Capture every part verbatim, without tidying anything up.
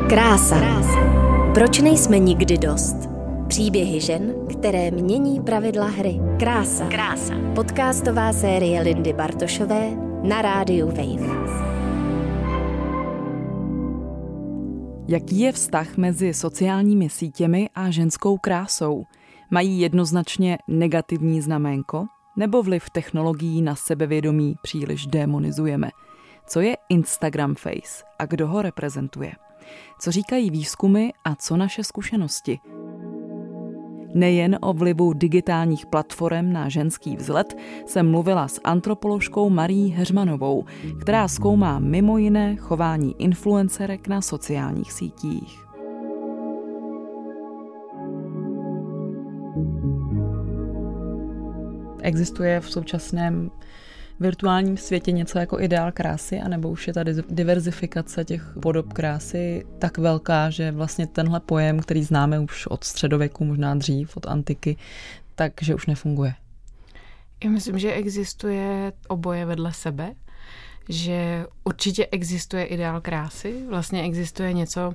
Krása. Proč nejsme nikdy dost? Příběhy žen, které mění pravidla hry. Krása. Krása. Podcastová série Lindy Bartošové na rádiu Wave. Jaký je vztah mezi sociálními sítěmi a ženskou krásou? Mají jednoznačně negativní znaménko? Nebo vliv technologií na sebevědomí příliš démonizujeme? Co je Instagram Face a kdo ho reprezentuje? Co říkají výzkumy a co naše zkušenosti? Nejen o vlivu digitálních platform na ženský vzhled jsem mluvila s antropoložkou Marií Heřmanovou, která zkoumá mimo jiné chování influencerek na sociálních sítích. Existuje v současném virtuálním světě něco jako ideál krásy, anebo už je ta diverzifikace těch podob krásy tak velká, že vlastně tenhle pojem, který známe už od středověku, možná dřív, od antiky, takže už nefunguje? Já myslím, že existuje oboje vedle sebe, že určitě existuje ideál krásy, vlastně existuje něco,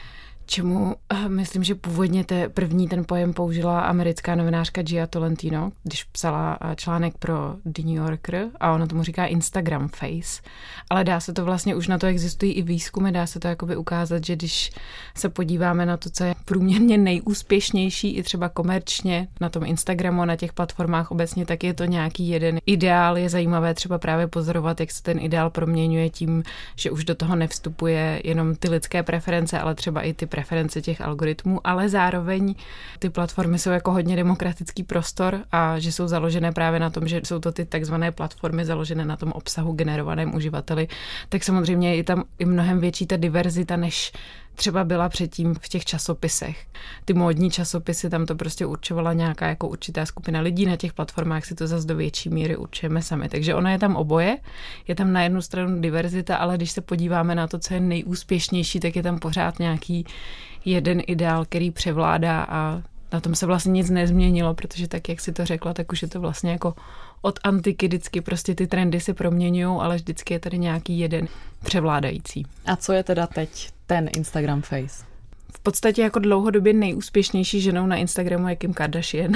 čemu myslím, že původně te, první ten pojem použila americká novinářka Gia Tolentino, když psala článek pro The New Yorker a ona tomu říká Instagram Face. Ale dá se to vlastně, už na to existují i výzkumy, dá se to jakoby ukázat, že když se podíváme na to, co je průměrně nejúspěšnější i třeba komerčně na tom Instagramu a na těch platformách obecně, tak je to nějaký jeden ideál. Je zajímavé třeba právě pozorovat, jak se ten ideál proměňuje tím, že už do toho nevstupuje jenom ty lidské preference, ale třeba i ty preference těch algoritmů, ale zároveň ty platformy jsou jako hodně demokratický prostor a že jsou založené právě na tom, že jsou to ty takzvané platformy založené na tom obsahu generovaném uživateli, tak samozřejmě je tam i mnohem větší ta diverzita, než třeba byla předtím v těch časopisech. Ty módní časopisy, tam to prostě určovala nějaká jako určitá skupina lidí, na těch platformách si to zase do větší míry určujeme sami. Takže ono je tam oboje, je tam na jednu stranu diverzita, ale když se podíváme na to, co je nejúspěšnější, tak je tam pořád nějaký jeden ideál, který převládá a na tom se vlastně nic nezměnilo, protože tak, jak si to řekla, tak už je to vlastně jako od antiky vždycky prostě ty trendy se proměňují, ale vždycky je tady nějaký jeden převládající. A co je teda teď ten Instagram Face? V podstatě jako dlouhodobě nejúspěšnější ženou na Instagramu je Kim Kardashian.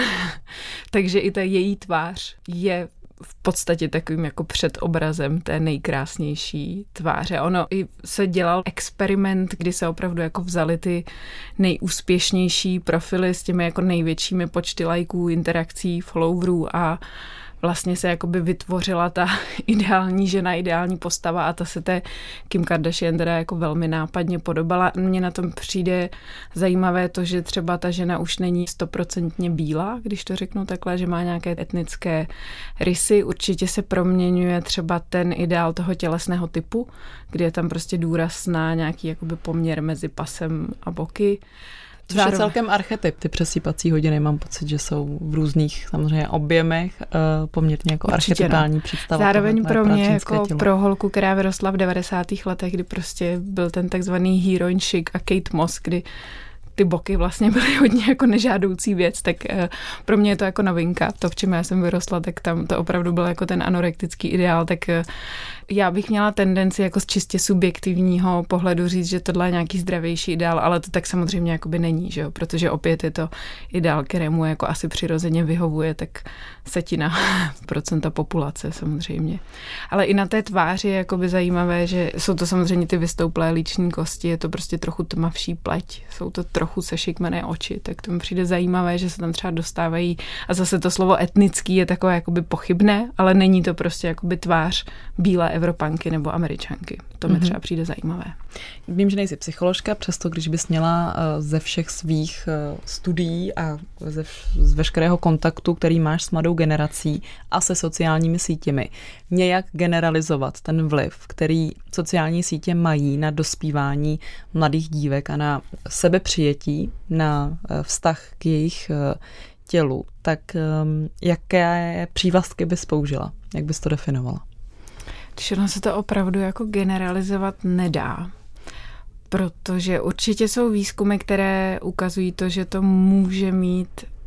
Takže i ta její tvář je v podstatě takovým jako předobrazem té nejkrásnější tváře. Ono i se dělal experiment, kdy se opravdu jako vzali ty nejúspěšnější profily s těmi jako největšími počty lajků, interakcí, followerů a vlastně se jakoby vytvořila ta ideální žena, ideální postava a ta se té Kim Kardashian teda jako velmi nápadně podobala. Mně na tom přijde zajímavé to, že třeba ta žena už není stoprocentně bílá, když to řeknu takhle, že má nějaké etnické rysy. Určitě se proměňuje třeba ten ideál toho tělesného typu, kdy je tam prostě důraz na nějaký jakoby poměr mezi pasem a boky. Což je celkem archetyp. Ty přesýpací hodiny mám pocit, že jsou v různých samozřejmě objemech uh, poměrně jako určitě archetypální no. představa. Zároveň pro mě jako tělo. Pro holku, která vyrostla v devadesátých letech, kdy prostě byl ten takzvaný heroin chic a Kate Moss, kdy ty boky vlastně byly hodně jako nežádoucí věc, tak uh, pro mě je to jako novinka. To, v čem já jsem vyrostla, tak tam to opravdu byl jako ten anorektický ideál, tak uh, já bych měla tendenci jako z čistě subjektivního pohledu říct, že tohle je nějaký zdravější ideál, ale to tak samozřejmě jakoby není, že jo? Protože opět je to ideál, kterému jako asi přirozeně vyhovuje, tak setina procenta populace samozřejmě. Ale i na té tváři je jakoby zajímavé, že jsou to samozřejmě ty vystouplé líční kosti, je to prostě trochu tmavší pleť, jsou to trochu sešikmené oči, tak to mi přijde zajímavé, že se tam třeba dostávají a zase to slovo etnický je takové jakoby pochybné, ale není to prostě jakoby tvář bílé Evropanky nebo Američanky. To mi třeba přijde zajímavé. Vím, že nejsi psycholožka, přesto když bys měla ze všech svých studií a ze, z veškerého kontaktu, který máš s mladou generací a se sociálními sítěmi, nějak generalizovat ten vliv, který sociální sítě mají na dospívání mladých dívek a na sebepřijetí, na vztah k jejich tělu, tak jaké přívlastky bys použila? Jak bys to definovala? Když ono se to opravdu jako generalizovat nedá, protože určitě jsou výzkumy, které ukazují to, že to může mít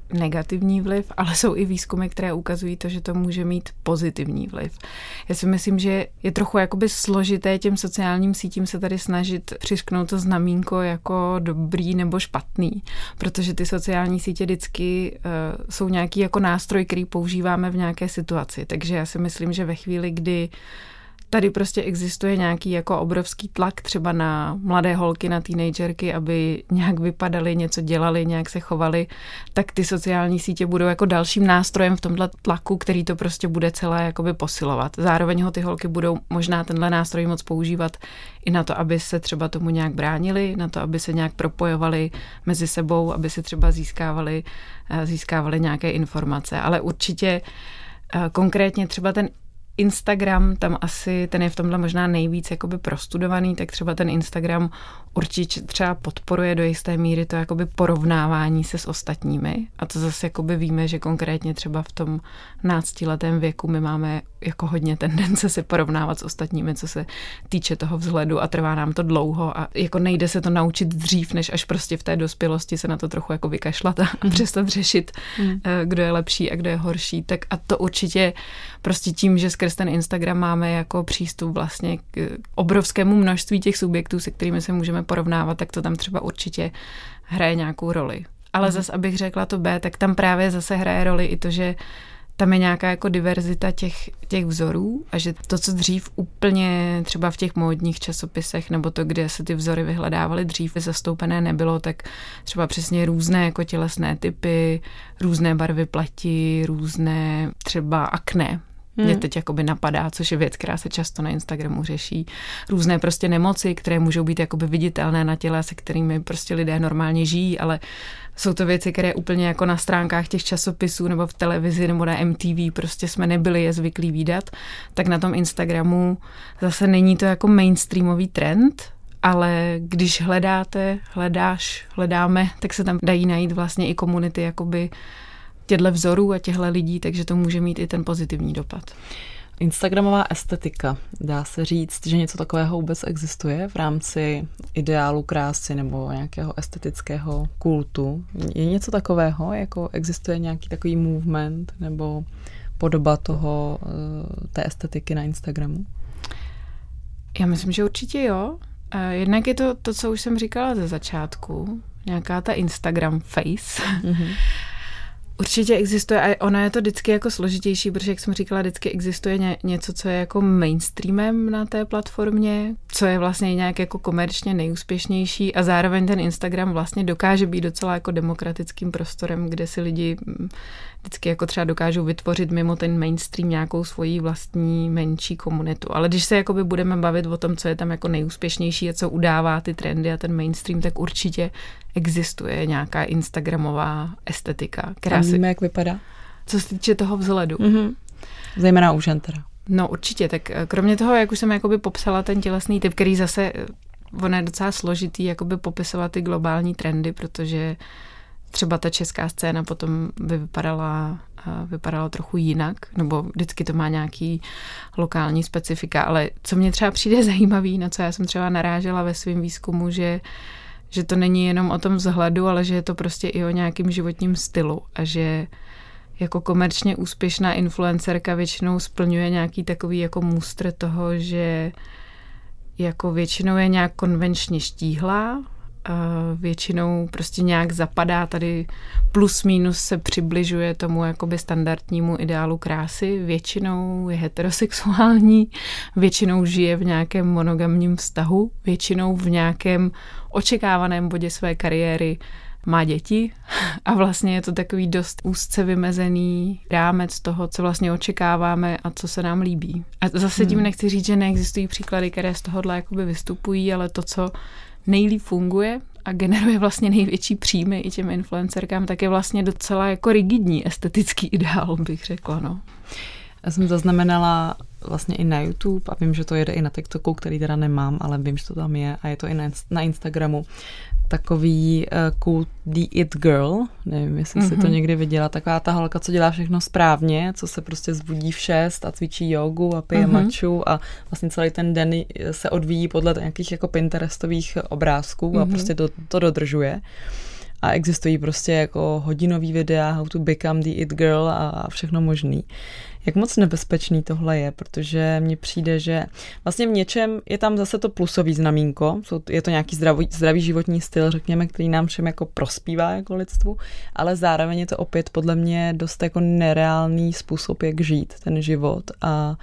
negativní vliv, ale jsou i výzkumy, které ukazují to, že to může mít pozitivní vliv. Já si myslím, že je trochu jakoby složité těm sociálním sítím se tady snažit přišknout to znamínko jako dobrý nebo špatný, protože ty sociální sítě vždycky uh, jsou nějaký jako nástroj, který používáme v nějaké situaci. Takže já si myslím, že ve chvíli, kdy tady prostě existuje nějaký jako obrovský tlak třeba na mladé holky, na teenagerky, aby nějak vypadaly, něco dělali, nějak se chovali, tak ty sociální sítě budou jako dalším nástrojem v tomhle tlaku, který to prostě bude celé jakoby posilovat. Zároveň ho ty holky budou možná tenhle nástroj moc používat i na to, aby se třeba tomu nějak bránili, na to, aby se nějak propojovali mezi sebou, aby se třeba získávali, získávali nějaké informace. Ale určitě konkrétně třeba ten Instagram, tam asi, ten je v tomhle možná nejvíc jakoby prostudovaný, tak třeba ten Instagram určitě třeba podporuje do jisté míry to jakoby porovnávání se s ostatními. A to zase jakoby víme, že konkrétně třeba v tom náctiletém věku my máme jako hodně tendence se porovnávat s ostatními, co se týče toho vzhledu a trvá nám to dlouho a jako nejde se to naučit dřív, než až prostě v té dospělosti se na to trochu jako vykašlat a mm. přestat řešit, mm. kdo je lepší a kdo je horší. Tak a to určitě prostě tím, že skrz ten Instagram máme jako přístup vlastně k obrovskému množství těch subjektů, se kterými se můžeme porovnávat, tak to tam třeba určitě hraje nějakou roli. Ale mm. zase, abych řekla to B, tak tam právě zase hraje roli i to, že tam je nějaká jako diverzita těch, těch vzorů a že to, co dřív úplně třeba v těch módních časopisech nebo to, kde se ty vzory vyhledávaly dřív, zastoupené nebylo, tak třeba přesně různé jako tělesné typy, různé barvy pleti, různé třeba akné. Mě hmm. teď jakoby napadá, což je věc, která se často na Instagramu řeší. Různé prostě nemoci, které můžou být jakoby viditelné na těle, se kterými prostě lidé normálně žijí, ale jsou to věci, které úplně jako na stránkách těch časopisů nebo v televizi nebo na M T V prostě jsme nebyli je zvyklí vídat. Tak na tom Instagramu zase není to jako mainstreamový trend, ale když hledáte, hledáš, hledáme, tak se tam dají najít vlastně i komunity jakoby těchto vzorů a těchto lidí, takže to může mít i ten pozitivní dopad. Instagramová estetika. Dá se říct, že něco takového vůbec existuje v rámci ideálu krásy nebo nějakého estetického kultu? Je něco takového, jako existuje nějaký takový movement nebo podoba toho, té estetiky na Instagramu? Já myslím, že určitě jo. Jednak je to to, co už jsem říkala ze začátku. Nějaká ta Instagram face. Mm-hmm. Určitě existuje a ono je to vždycky jako složitější, protože jak jsem říkala, vždycky existuje ně, něco, co je jako mainstreamem na té platformě, co je vlastně nějak jako komerčně nejúspěšnější a zároveň ten Instagram vlastně dokáže být docela jako demokratickým prostorem, kde si lidi vždycky jako třeba dokážou vytvořit mimo ten mainstream nějakou svoji vlastní menší komunitu. Ale když se jakoby budeme bavit o tom, co je tam jako nejúspěšnější a co udává ty trendy a ten mainstream, tak určitě existuje nějaká instagramová estetika. A víme, jak vypadá? Co se týče toho vzhledu. Mm-hmm. Zejména u žen teda. No určitě, tak kromě toho, jak už jsem jakoby popsala ten tělesný typ, který zase, ono je docela složitý jakoby popisovat ty globální trendy, protože třeba ta česká scéna potom by vypadala, vypadala trochu jinak, nebo vždycky to má nějaký lokální specifika, ale co mě třeba přijde zajímavý, na co já jsem třeba narážela ve svém výzkumu, že že to není jenom o tom vzhledu, ale že je to prostě i o nějakém životním stylu a že jako komerčně úspěšná influencerka většinou splňuje nějaký takový jako mustr toho, že jako většinou je nějak konvenčně štíhlá, většinou prostě nějak zapadá tady plus minus se přibližuje tomu jakoby standardnímu ideálu krásy, většinou je heterosexuální, většinou žije v nějakém monogamním vztahu, většinou v nějakém očekávaném bodě své kariéry má děti a vlastně je to takový dost úzce vymezený rámec toho, co vlastně očekáváme a co se nám líbí. A zase tím nechci říct, že neexistují příklady, které z tohohle jakoby vystupují, ale to, co nejlíp funguje a generuje vlastně největší příjmy i těm influencerkám, tak je vlastně docela jako rigidní estetický ideál, bych řekla, no. Já jsem zaznamenala vlastně i na YouTube a vím, že to jede i na TikToku, který teda nemám, ale vím, že to tam je a je to i na, na Instagramu. Takový uh, cool The It Girl, nevím, jestli mm-hmm. jsi to někdy viděla, taková ta holka, co dělá všechno správně, co se prostě zbudí v šest a cvičí jogu a pije mm-hmm. matchu a vlastně celý ten den se odvíjí podle nějakých jako Pinterestových obrázků mm-hmm. a prostě to, to dodržuje. a existují prostě jako hodinový videa How to become the it girl a všechno možný. Jak moc nebezpečný tohle je, protože mně přijde, že vlastně v něčem je tam zase to plusový znamínko, je to nějaký zdravý, zdravý životní styl, řekněme, který nám všem jako prospívá jako lidstvu, ale zároveň je to opět podle mě dost jako nereálný způsob, jak žít ten život a,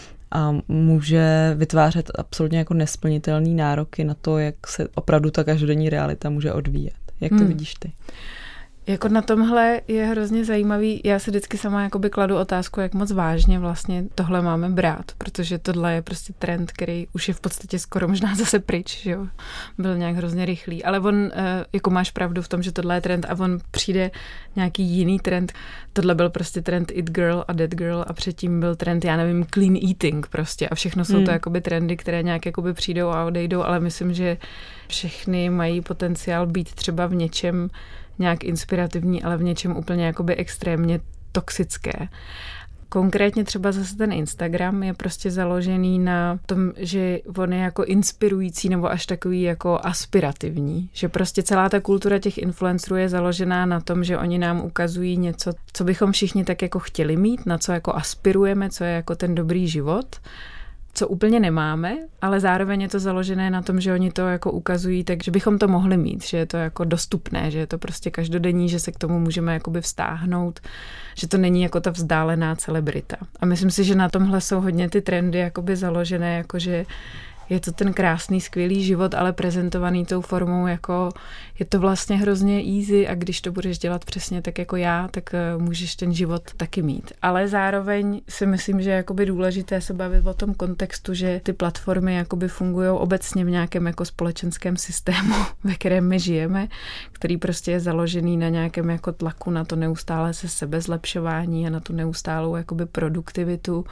a může vytvářet absolutně jako nesplnitelný nároky na to, jak se opravdu ta každodenní realita může odvíjet. Jak to hmm. vidíš ty? Jako na tomhle je hrozně zajímavý, já si vždycky sama jakoby kladu otázku, jak moc vážně vlastně tohle máme brát, protože tohle je prostě trend, který už je v podstatě skoro možná zase pryč, že jo, byl nějak hrozně rychlý, ale on, jako máš pravdu v tom, že tohle je trend a on přijde nějaký jiný trend, tohle byl prostě trend it girl a that girl a předtím byl trend, já nevím, clean eating prostě a všechno jsou hmm. to jakoby trendy, které nějak jakoby přijdou a odejdou, ale myslím, že všechny mají potenciál být třeba v něčem nějak inspirativní, ale v něčem úplně jakoby extrémně toxické. Konkrétně třeba zase ten Instagram je prostě založený na tom, že on je jako inspirující nebo až takový jako aspirativní. Že prostě celá ta kultura těch influencerů je založená na tom, že oni nám ukazují něco, co bychom všichni tak jako chtěli mít, na co jako aspirujeme, co je jako ten dobrý život, co úplně nemáme, ale zároveň je to založené na tom, že oni to jako ukazují, takže bychom to mohli mít, že je to jako dostupné, že je to prostě každodenní, že se k tomu můžeme jakoby vztáhnout, že to není jako ta vzdálená celebrita. A myslím si, že na tomhle jsou hodně ty trendy jakoby založené, jakože je to ten krásný, skvělý život, ale prezentovaný tou formou, jako je to vlastně hrozně easy a když to budeš dělat přesně tak jako já, tak můžeš ten život taky mít. Ale zároveň si myslím, že je jakoby důležité se bavit o tom kontextu, že ty platformy jakoby fungují obecně v nějakém jako společenském systému, ve kterém my žijeme, který prostě je založený na nějakém jako tlaku, na to neustále se sebezlepšování a na tu neustálou jakoby produktivitu.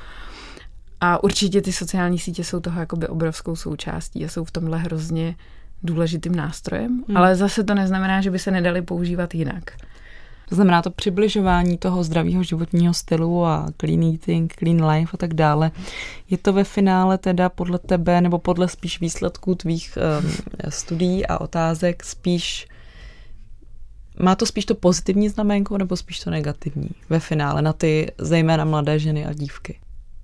A určitě ty sociální sítě jsou toho jakoby obrovskou součástí a jsou v tomhle hrozně důležitým nástrojem, hmm. ale zase to neznamená, že by se nedali používat jinak. To znamená to přibližování toho zdravého životního stylu a clean eating, clean life a tak dále. Je to ve finále teda podle tebe nebo podle spíš výsledků tvých um, studií a otázek spíš, má to spíš to pozitivní znamenko nebo spíš to negativní ve finále na ty zejména mladé ženy a dívky?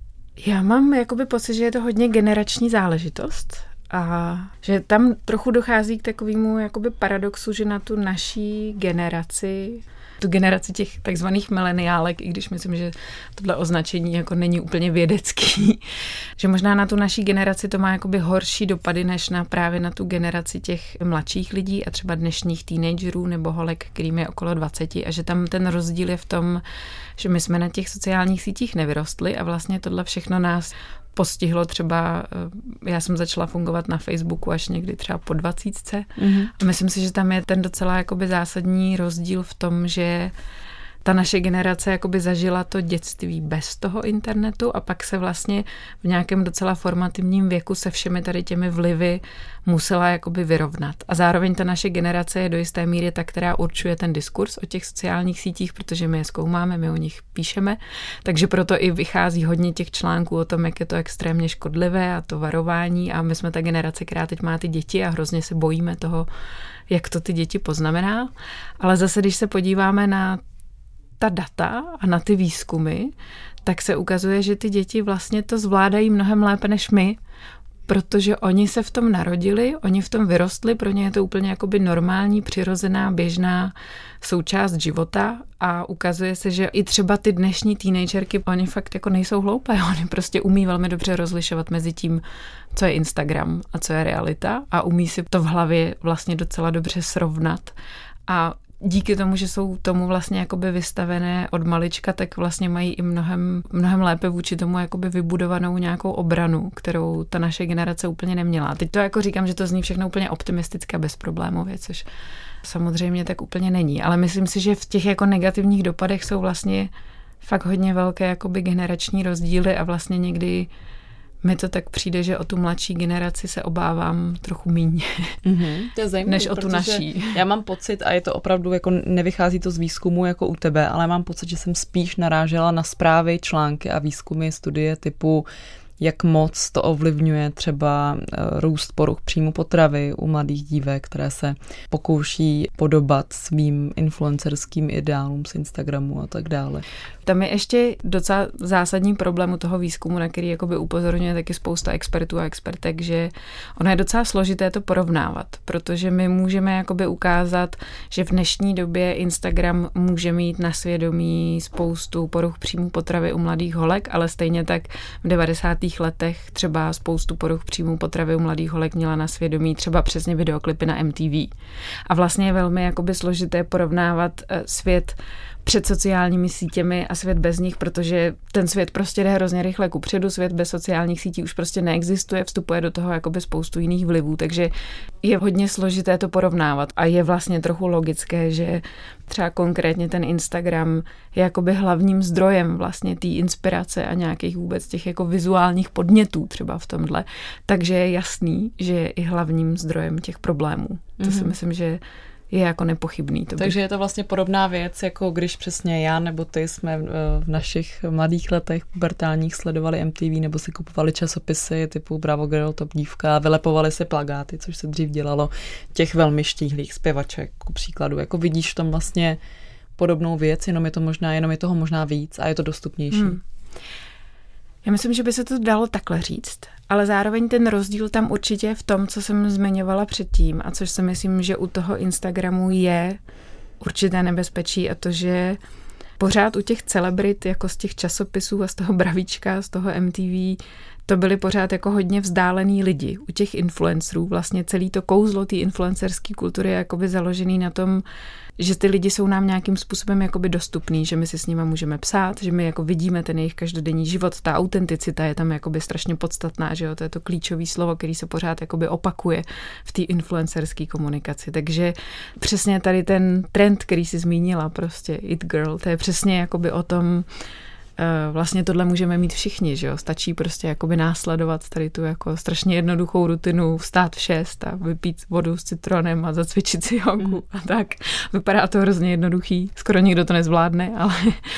Já mám jakoby pocit, že je to hodně generační záležitost a že tam trochu dochází k takovému jakoby paradoxu, že na tu naší generaci, tu generaci těch takzvaných mileniálek, i když myslím, že tohle označení jako není úplně vědecký, že možná na tu naší generaci to má jakoby horší dopady, než na právě na tu generaci těch mladších lidí a třeba dnešních teenagerů nebo holek, kterým je okolo dvaceti a že tam ten rozdíl je v tom, že my jsme na těch sociálních sítích nevyrostli a vlastně tohle všechno nás postihlo třeba, já jsem začala fungovat na Facebooku až někdy třeba po dvacítce mm-hmm. a myslím si, že tam je ten docela jakoby zásadní rozdíl v tom, že ta naše generace jakoby zažila to dětství bez toho internetu a pak se vlastně v nějakém docela formativním věku se všemi tady těmi vlivy musela jakoby vyrovnat. A zároveň ta naše generace je do jisté míry ta, která určuje ten diskurs o těch sociálních sítích, protože my je zkoumáme, my o nich píšeme, takže proto i vychází hodně těch článků o tom, jak je to extrémně škodlivé a to varování a my jsme ta generace, která teď má ty děti a hrozně se bojíme toho, jak to ty děti poznamená. Ale zase, když se podíváme na ta data a na ty výzkumy, tak se ukazuje, že ty děti vlastně to zvládají mnohem lépe než my, protože oni se v tom narodili, oni v tom vyrostli, pro ně je to úplně jakoby normální, přirozená, běžná součást života a ukazuje se, že i třeba ty dnešní teenagerky, oni fakt jako nejsou hloupé, oni prostě umí velmi dobře rozlišovat mezi tím, co je Instagram a co je realita a umí si to v hlavě vlastně docela dobře srovnat a díky tomu, že jsou tomu vlastně jakoby vystavené od malička, tak vlastně mají i mnohem, mnohem lépe vůči tomu jakoby vybudovanou nějakou obranu, kterou ta naše generace úplně neměla. Teď to jako říkám, že to zní všechno úplně optimisticky a bezproblémově, což samozřejmě tak úplně není. Ale myslím si, že v těch jako negativních dopadech jsou vlastně fakt hodně velké jakoby generační rozdíly a vlastně někdy mi to tak přijde, že o tu mladší generaci se obávám trochu míň, mm-hmm, to je zajímavé, než o tu naší. Já mám pocit, a je to opravdu, jako nevychází to z výzkumu jako u tebe, ale mám pocit, že jsem spíš narážela na zprávy, články a výzkumy, studie typu jak moc to ovlivňuje třeba růst poruch příjmu potravy u mladých dívek, které se pokouší podobat svým influencerským ideálům z Instagramu a tak dále. Tam je ještě docela zásadní problém u toho výzkumu, na který jakoby upozorňuje taky spousta expertů a expertek, že ono je docela složité to porovnávat, protože my můžeme jakoby ukázat, že v dnešní době Instagram může mít na svědomí spoustu poruch příjmu potravy u mladých holek, ale stejně tak v devadesátých letech třeba spoustu poruch příjmu potravy u mladých holek měla na svědomí třeba přesně videoklipy na M T V. A vlastně je velmi jakoby složité porovnávat svět před sociálními sítěmi a svět bez nich, protože ten svět prostě jde hrozně rychle kupředu, svět bez sociálních sítí už prostě neexistuje, vstupuje do toho jakoby spoustu jiných vlivů, takže je hodně složité to porovnávat a je vlastně trochu logické, že třeba konkrétně ten Instagram je jakoby hlavním zdrojem vlastně té inspirace a nějakých vůbec těch jako vizuálních podnětů třeba v tomhle, takže je jasný, že je i hlavním zdrojem těch problémů. To mm-hmm. si myslím, že je jako nepochybný. To Takže je to vlastně podobná věc, jako když přesně já nebo ty jsme v našich mladých letech pubertálních sledovali M T V nebo si kupovali časopisy typu Bravo Girl, Top dívka a vylepovali si plakáty, což se dřív dělalo těch velmi štíhlých zpěvaček, ku příkladu. Jako vidíš v tom vlastně podobnou věc, jenom je to možná, jenom je toho možná víc a je to dostupnější. Hmm. Já myslím, že by se to dalo takhle říct, ale zároveň ten rozdíl tam určitě je v tom, co jsem zmiňovala předtím a což si myslím, že u toho Instagramu je určité nebezpečí a to, že pořád u těch celebrit, jako z těch časopisů a z toho Bravíčka, z toho M T V, to byly pořád jako hodně vzdálený lidi. U těch influencerů vlastně celý to kouzlo té influencerské kultury je jakoby založený na tom, že ty lidi jsou nám nějakým způsobem jakoby dostupný, že my si s nimi můžeme psát, že my jako vidíme ten jejich každodenní život, ta autenticita je tam jakoby strašně podstatná, že jo, to je to klíčové slovo, který se pořád jakoby opakuje v té influencerské komunikaci. Takže přesně tady ten trend, který jsi zmínila, prostě It Girl, to je přesně jakoby o tom, vlastně tohle můžeme mít všichni, že jo, stačí prostě jakoby následovat tady tu jako strašně jednoduchou rutinu, vstát v šest a vypít vodu s citronem a zacvičit si jogu mm. a tak. Vypadá to hrozně jednoduchý, skoro nikdo to nezvládne, ale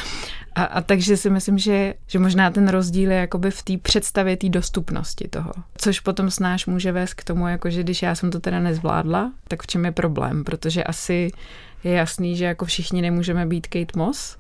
a, a takže si myslím, že, že možná ten rozdíl je jakoby v té představě té dostupnosti toho, což potom snáš může vést k tomu, jako že když já jsem to teda nezvládla, tak v čem je problém, protože asi je jasný, že jako všichni nemůžeme být Kate Moss,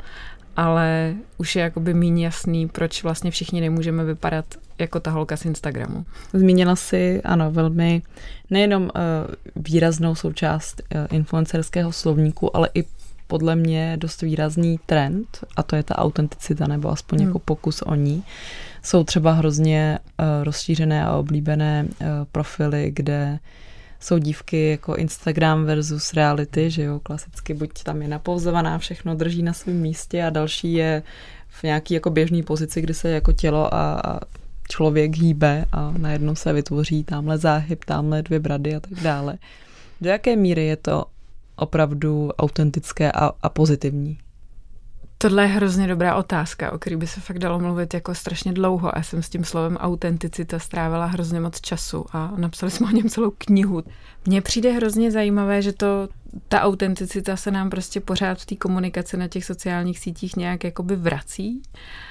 ale už je jakoby míň jasný, proč vlastně všichni nemůžeme vypadat jako ta holka z Instagramu. Zmínila si, ano, velmi nejenom uh, výraznou součást uh, influencerského slovníku, ale i podle mě dost výrazný trend, a to je ta autenticita, nebo aspoň hmm. jako pokus o ní. Jsou třeba hrozně uh, rozšířené a oblíbené uh, profily, kde jsou dívky jako Instagram versus reality, že jo, klasicky buď tam je napouzovaná, všechno drží na svém místě a další je v nějaký jako běžný pozici, kdy se jako tělo a, a člověk hýbe a najednou se vytvoří tamhle záhyb, tamhle dvě brady a tak dále. Do jaké míry je to opravdu autentické a, a pozitivní? Tohle je hrozně dobrá otázka, o který by se fakt dalo mluvit jako strašně dlouho. Já jsem s tím slovem autenticita strávila hrozně moc času a napsali jsme o něm celou knihu. Mně přijde hrozně zajímavé, že to, ta autenticita se nám prostě pořád v té komunikaci na těch sociálních sítích nějak jakoby vrací,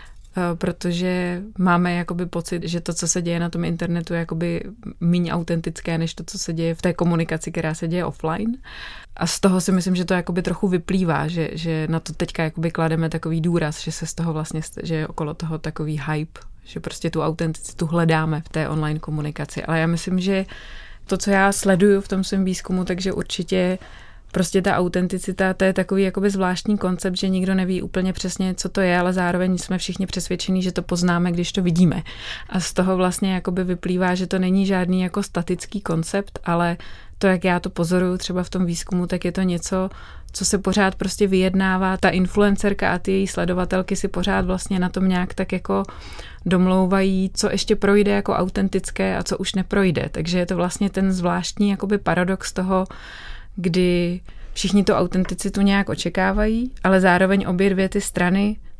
protože máme jakoby pocit, že to, co se děje na tom internetu, je jakoby méně autentické, než to, co se děje v té komunikaci, která se děje offline. A z toho si myslím, že to jakoby trochu vyplývá, že, že na to teďka jakoby klademe takový důraz, že se z toho vlastně, že je okolo toho takový hype, že prostě tu autenticitu hledáme v té online komunikaci. Ale já myslím, že to, co já sleduju v tom svém výzkumu, takže určitě prostě ta autenticita, to je takový jakoby zvláštní koncept, že nikdo neví úplně přesně, co to je, ale zároveň jsme všichni přesvědčení, že to poznáme, když to vidíme. A z toho vlastně jakoby vyplývá, že to není žádný jako statický koncept, ale to, jak já to pozoruju třeba v tom výzkumu, tak je to něco, co se pořád prostě vyjednává. Ta influencerka a ty její sledovatelky si pořád vlastně na tom nějak tak jako domlouvají, co ještě projde jako autentické a co už neprojde. Takže je to vlastně ten zvláštní jakoby paradox toho, kdy všichni tu autenticitu nějak očekávají, ale zároveň obě dvě ty strany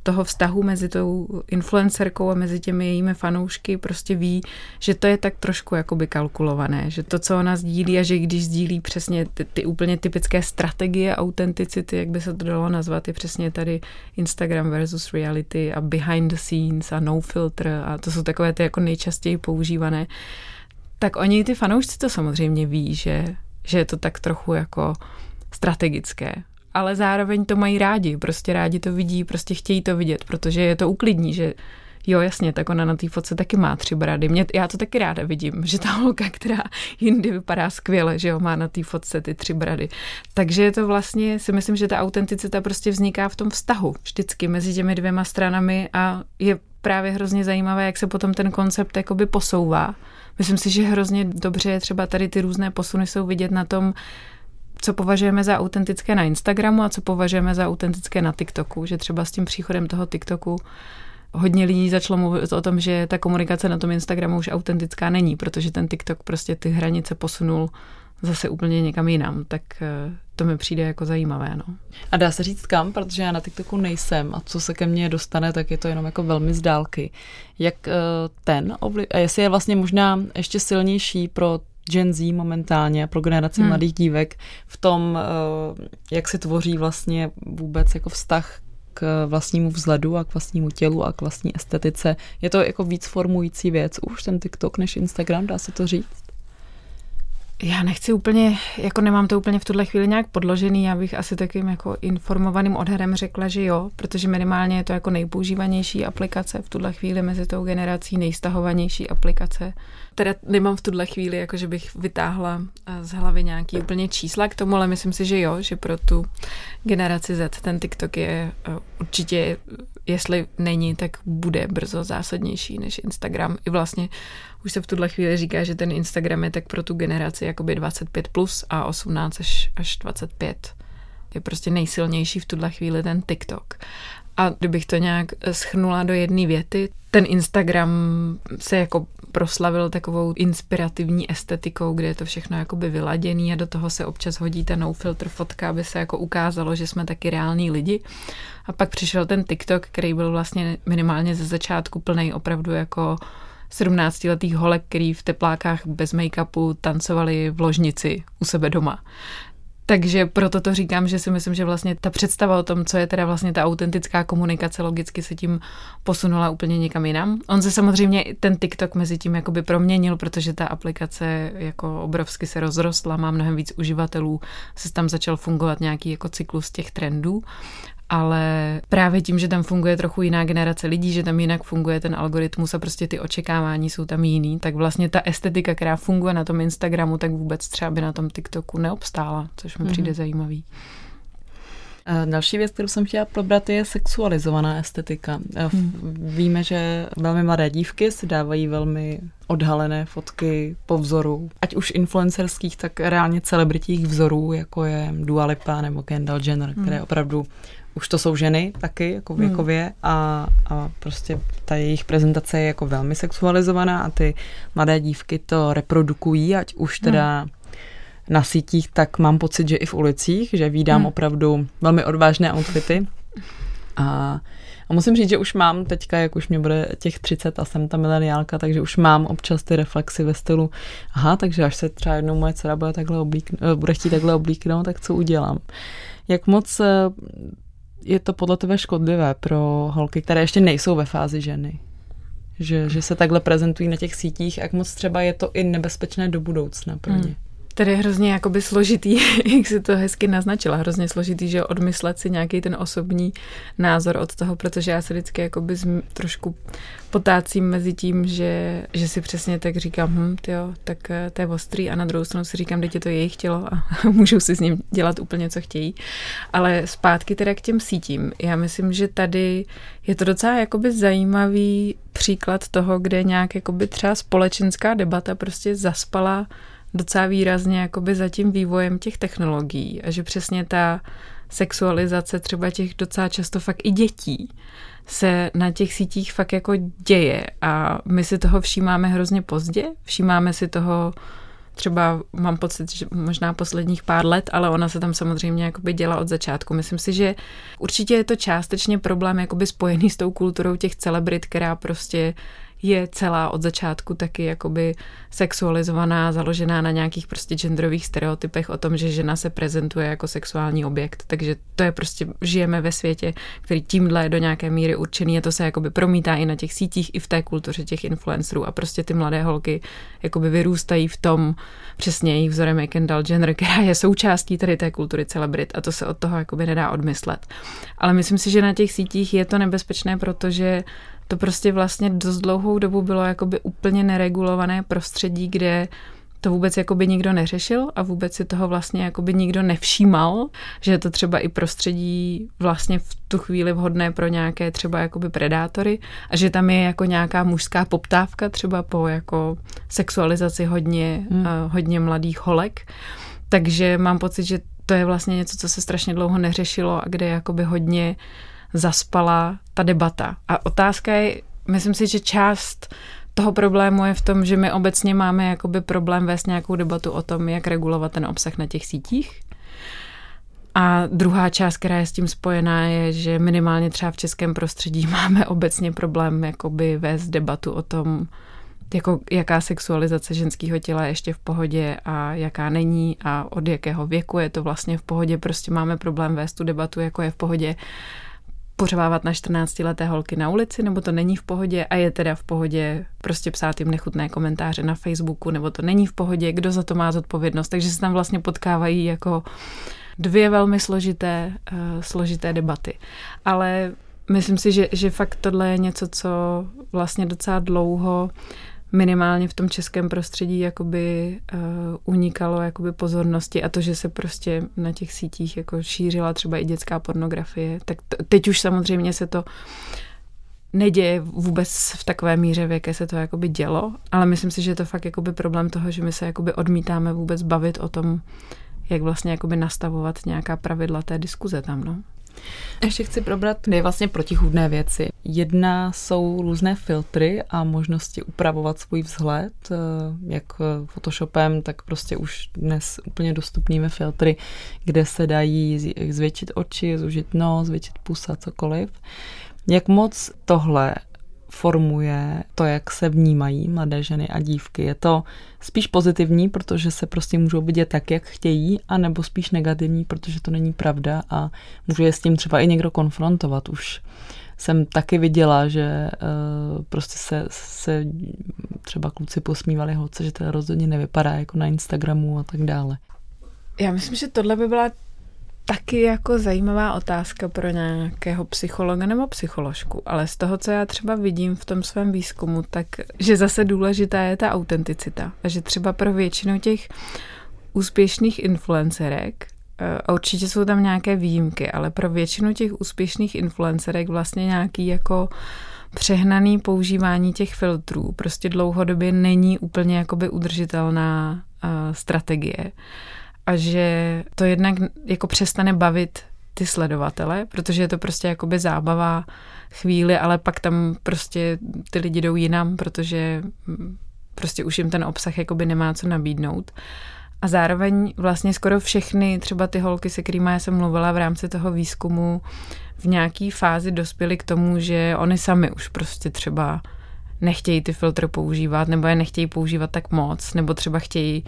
toho vztahu mezi tou influencerkou a mezi těmi jejími fanoušky prostě ví, že to je tak trošku jakoby kalkulované, že to, co ona sdílí a že když sdílí přesně ty, ty úplně typické strategie autenticity, jak by se to dalo nazvat, je přesně tady Instagram versus reality a behind the scenes a no filter a to jsou takové ty jako nejčastěji používané, tak oni ty fanoušci to samozřejmě ví, že, že je to tak trochu jako strategické. Ale zároveň to mají rádi, prostě rádi to vidí, prostě chtějí to vidět, protože je to uklidní, že jo, jasně, tak ona na té fotce taky má tři brady. Mě, já to taky ráda vidím, že ta holka, která jindy vypadá skvěle, že jo, má na té fotce ty tři brady. Takže je to vlastně, si myslím, že ta autenticita prostě vzniká v tom vztahu vždycky mezi těmi dvěma stranami a je právě hrozně zajímavé, jak se potom ten koncept jakoby posouvá. Myslím si, že hrozně dobře je třeba tady ty různé posuny jsou vidět na tom, co považujeme za autentické na Instagramu a co považujeme za autentické na TikToku, že třeba s tím příchodem toho TikToku hodně lidí začalo mluvit o tom, že ta komunikace na tom Instagramu už autentická není, protože ten TikTok prostě ty hranice posunul zase úplně někam jinam, tak to mi přijde jako zajímavé. No. A dá se říct kam, protože já na TikToku nejsem a co se ke mně dostane, tak je to jenom jako velmi z dálky. Jak ten ovliv... A jestli je vlastně možná ještě silnější pro Gen Z momentálně, pro generaci hmm. mladých dívek v tom, jak se tvoří vlastně vůbec jako vztah k vlastnímu vzhledu a k vlastnímu tělu a k vlastní estetice. Je to jako víc formující věc už ten TikTok než Instagram, dá se to říct? Já nechci úplně, jako nemám to úplně v tuhle chvíli nějak podložený, já bych asi takým jako informovaným odhadem řekla, že jo, protože minimálně je to jako nejpoužívanější aplikace v tuhle chvíli mezi tou generací, nejstahovanější aplikace. Teda nemám v tuhle chvíli, jako že bych vytáhla z hlavy nějaký úplně čísla k tomu, ale myslím si, že jo, že pro tu generaci Z ten TikTok je určitě, jestli není, tak bude brzo zásadnější než Instagram. I vlastně už se v tuhle chvíli říká, že ten Instagram je tak pro tu generaci jakoby dvacet pět plus a osmnáct až, až dvacet pět. Je prostě nejsilnější v tuhle chvíli ten TikTok. A kdybych to nějak shrnula do jedné věty, ten Instagram se jako proslavil takovou inspirativní estetikou, kde je to všechno jakoby vyladěný a do toho se občas hodí ta no filter fotka, aby se jako ukázalo, že jsme taky reální lidi. A pak přišel ten TikTok, který byl vlastně minimálně ze začátku plnej opravdu jako sedmnáctiletých holek, který v teplákách bez make-upu tancovali v ložnici u sebe doma. Takže proto to říkám, že si myslím, že vlastně ta představa o tom, co je teda vlastně ta autentická komunikace, logicky se tím posunula úplně někam jinam. On se samozřejmě ten TikTok mezi tím jakoby proměnil, protože ta aplikace jako obrovsky se rozrostla, má mnohem víc uživatelů, se tam začal fungovat nějaký jako cyklus těch trendů. Ale právě tím, že tam funguje trochu jiná generace lidí, že tam jinak funguje ten algoritmus a prostě ty očekávání jsou tam jiný, tak vlastně ta estetika, která funguje na tom Instagramu, tak vůbec třeba by na tom TikToku neobstála, což mi mm-hmm. přijde zajímavý. Další věc, kterou jsem chtěla probrat, je sexualizovaná estetika. Hmm. Víme, že velmi mladé dívky si dávají velmi odhalené fotky po vzoru, ať už influencerských, tak reálně celebritních vzorů, jako je Dua Lipa nebo Kendall Jenner, hmm. které opravdu už to jsou ženy taky, jako věkově hmm. a, a prostě ta jejich prezentace je jako velmi sexualizovaná a ty mladé dívky to reprodukují, ať už teda hmm. na sítích, tak mám pocit, že i v ulicích, že vídám hmm. opravdu velmi odvážné outfity. A, a musím říct, že už mám teďka, jak už mě bude těch třicet a jsem ta mileniálka, takže už mám občas ty reflexy ve stylu, aha, takže až se třeba jednou moje dcera bude, takhle oblíknout, bude chtít takhle oblíknout, tak co udělám? Jak moc je to podle tebe škodlivé pro holky, které ještě nejsou ve fázi ženy? Že, že se takhle prezentují na těch sítích, jak moc třeba je to i nebezpečné do budoucna pro ně? Hmm. Tady je hrozně jakoby složitý, jak si to hezky naznačila, hrozně složitý, že odmyslet si nějaký ten osobní názor od toho, protože já se vždycky jakoby zm, trošku potácím mezi tím, že, že si přesně tak říkám, hm, tyjo, tak to je ostrý a na druhou stranu si říkám, teď je to jejich tělo a můžou si s ním dělat úplně, co chtějí. Ale zpátky teda k těm sítím. Já myslím, že tady je to docela jakoby zajímavý příklad toho, kde nějak jakoby třeba společenská debata prostě zaspala docela výrazně jakoby za tím vývojem těch technologií a že přesně ta sexualizace třeba těch docela často fakt i dětí se na těch sítích fakt jako děje a my si toho všímáme hrozně pozdě, všímáme si toho třeba mám pocit, že možná posledních pár let, ale ona se tam samozřejmě jakoby děla od začátku. Myslím si, že určitě je to částečně problém jakoby spojený s tou kulturou těch celebrit, která prostě je celá od začátku taky jakoby sexualizovaná, založená na nějakých prostě genderových stereotypech o tom, že žena se prezentuje jako sexuální objekt. Takže to je prostě, žijeme ve světě, který tímhle je do nějaké míry určený a to se jakoby promítá i na těch sítích, i v té kultuře těch influencerů a prostě ty mladé holky jakoby vyrůstají v tom, přesně jejich vzorem je Kendall Jenner, která je součástí tady té kultury celebrit a to se od toho jakoby nedá odmyslet. Ale myslím si, že na těch sítích je to nebezpečné, protože to prostě vlastně dost dlouhou dobu bylo jakoby úplně neregulované prostředí, kde to vůbec jakoby nikdo neřešil a vůbec si toho vlastně jakoby nikdo nevšímal, že je to třeba i prostředí vlastně v tu chvíli vhodné pro nějaké třeba jakoby predátory a že tam je jako nějaká mužská poptávka třeba po jako sexualizaci hodně, hmm. uh, hodně mladých holek. Takže mám pocit, že to je vlastně něco, co se strašně dlouho neřešilo a kde jakoby hodně zaspala ta debata. A otázka je, myslím si, že část toho problému je v tom, že my obecně máme jakoby problém vést nějakou debatu o tom, jak regulovat ten obsah na těch sítích. A druhá část, která je s tím spojená, je, že minimálně třeba v českém prostředí máme obecně problém jakoby vést debatu o tom, jako jaká sexualizace ženského těla je ještě v pohodě a jaká není a od jakého věku je to vlastně v pohodě. Prostě máme problém vést tu debatu, jako je v pohodě pořvávat na čtrnáctileté holky na ulici, nebo to není v pohodě a je teda v pohodě prostě psát jim nechutné komentáře na Facebooku, nebo to není v pohodě, kdo za to má zodpovědnost. Takže se tam vlastně potkávají jako dvě velmi složité, uh, složité debaty. Ale myslím si, že, že fakt tohle je něco, co vlastně docela dlouho minimálně v tom českém prostředí jakoby uh, unikalo jakoby pozornosti a to, že se prostě na těch sítích jako šířila třeba i dětská pornografie, tak t- teď už samozřejmě se to neděje vůbec v takové míře, v jaké se to jakoby dělo, ale myslím si, že je to fakt jakoby problém toho, že my se jakoby odmítáme vůbec bavit o tom, jak vlastně jakoby nastavovat nějaká pravidla té diskuze tam, no. Ještě chci probrat dvě vlastně protichůdné věci. Jedna jsou různé filtry a možnosti upravovat svůj vzhled, jak Photoshopem, tak prostě už dnes úplně dostupnými filtry, kde se dají zvětšit oči, zúžit nos, zvětšit pusa, cokoliv. Jak moc tohle formuje to, jak se vnímají mladé ženy a dívky. Je to spíš pozitivní, protože se prostě můžou vidět tak, jak chtějí, anebo spíš negativní, protože to není pravda a může je s tím třeba i někdo konfrontovat. Už jsem taky viděla, že uh, prostě se, se třeba kluci posmívali holce, že to rozhodně nevypadá jako na Instagramu a tak dále. Já myslím, že tohle by byla taky jako zajímavá otázka pro nějakého psychologa nebo psycholožku, ale z toho, co já třeba vidím v tom svém výzkumu, tak že zase důležitá je ta autenticita a že třeba pro většinu těch úspěšných influencerek, a určitě jsou tam nějaké výjimky, ale pro většinu těch úspěšných influencerek vlastně nějaký jako přehnaný používání těch filtrů prostě dlouhodobě není úplně jakoby udržitelná uh, strategie. A že to jednak jako přestane bavit ty sledovatele, protože je to prostě jakoby zábava chvíli, ale pak tam prostě ty lidi jdou jinam, protože prostě už jim ten obsah jakoby nemá co nabídnout. A zároveň vlastně skoro všechny třeba ty holky, se kterými já jsem mluvila v rámci toho výzkumu, v nějaký fázi dospěly k tomu, že oni sami už prostě třeba nechtějí ty filtry používat, nebo je nechtějí používat tak moc, nebo třeba chtějí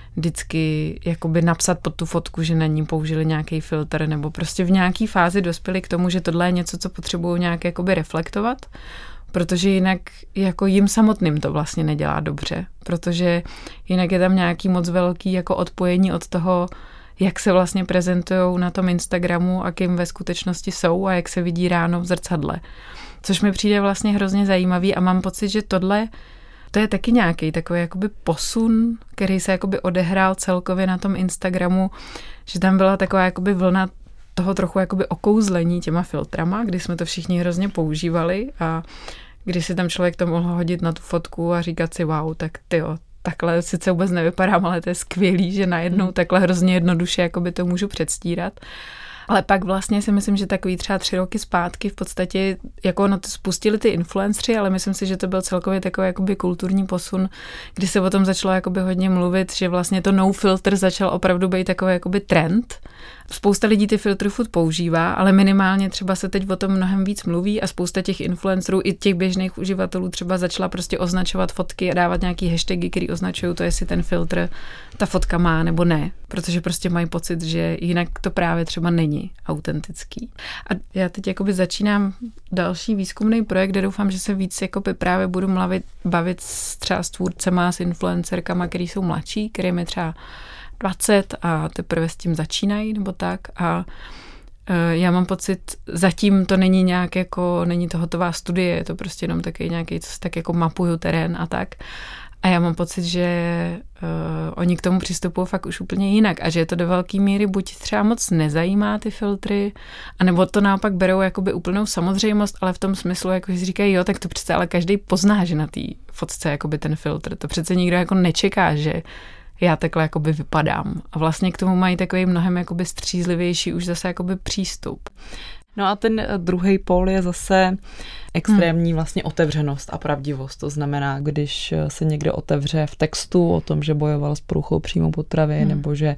vždycky jakoby napsat pod tu fotku, že na ní použili nějaký filtr, nebo prostě v nějaký fázi dospěli k tomu, že tohle je něco, co potřebují nějak jakoby reflektovat, protože jinak jako jim samotným to vlastně nedělá dobře, protože jinak je tam nějaký moc velký jako odpojení od toho, jak se vlastně prezentujou na tom Instagramu a kým ve skutečnosti jsou a jak se vidí ráno v zrcadle. Což mi přijde vlastně hrozně zajímavý a mám pocit, že tohle to je taky nějaký takový jakoby posun, který se jakoby odehrál celkově na tom Instagramu, že tam byla taková jakoby vlna toho trochu jakoby okouzlení těma filtrama, kdy jsme to všichni hrozně používali a když si tam člověk to mohl hodit na tu fotku a říkat si wow, tak tyjo, takhle sice vůbec nevypadám, ale to je skvělý, že najednou takhle hrozně jednoduše jakoby to můžu předstírat. Ale pak vlastně si myslím, že takový třeba tři roky zpátky v podstatě, jako ono to spustili ty influenceri, ale myslím si, že to byl celkově takový jakoby kulturní posun, kdy se o tom začalo jakoby hodně mluvit, že vlastně to no filter začal opravdu být takový jakoby trend. Spousta lidí ty filtry furt používá, ale minimálně třeba se teď o tom mnohem víc mluví a spousta těch influencerů i těch běžných uživatelů třeba začala prostě označovat fotky a dávat nějaký hashtagy, který označují to, jestli ten filtr ta fotka má nebo ne, protože prostě mají pocit, že jinak to právě třeba není autentický. A já teď jakoby začínám další výzkumný projekt, kde doufám, že se víc jakoby právě budu mluvit, bavit s třeba s tvůrcema, s influencerkama, který jsou mladší, kterým je třeba dvacet a teprve s tím začínají nebo tak a e, já mám pocit, zatím to není nějak jako, není to hotová studie, je to prostě jenom taky nějaký, co se tak jako mapuju terén a tak. A já mám pocit, že uh, oni k tomu přistupují fakt už úplně jinak a že je to do velké míry buď třeba moc nezajímá ty filtry, anebo to naopak berou jakoby úplnou samozřejmost, ale v tom smyslu, jako si říkají, jo, tak to přece ale každý pozná, že na té fotce jakoby ten filtr. To přece nikdo jako nečeká, že já takhle jakoby vypadám. A vlastně k tomu mají takový mnohem jakoby střízlivější už zase jakoby přístup. No a ten druhý pól je zase extrémní vlastně otevřenost a pravdivost. To znamená, když se někdo otevře v textu o tom, že bojoval s poruchou příjmu potravy, hmm. nebo že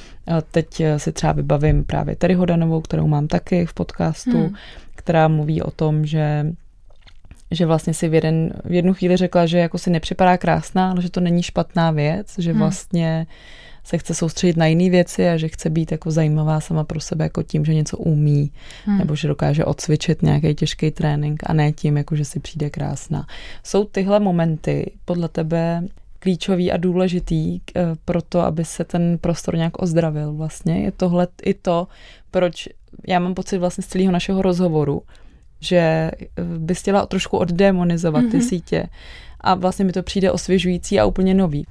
teď si třeba vybavím právě Terry Hodanovou, kterou mám taky v podcastu, hmm. která mluví o tom, že že vlastně si v, jeden, v jednu chvíli řekla, že jako si nepřipadá krásná, ale že to není špatná věc, že hmm. vlastně se chce soustředit na jiné věci a že chce být jako zajímavá sama pro sebe jako tím, že něco umí, hmm. nebo že dokáže odcvičit nějaký těžký trénink a ne tím, jako že si přijde krásná. Jsou tyhle momenty podle tebe klíčový a důležitý pro to, aby se ten prostor nějak ozdravil vlastně? Je tohle i to, proč já mám pocit vlastně z celého našeho rozhovoru, že bys chtěla trošku oddemonizovat mm-hmm. ty sítě a vlastně mi to přijde osvěžující a úplně nový.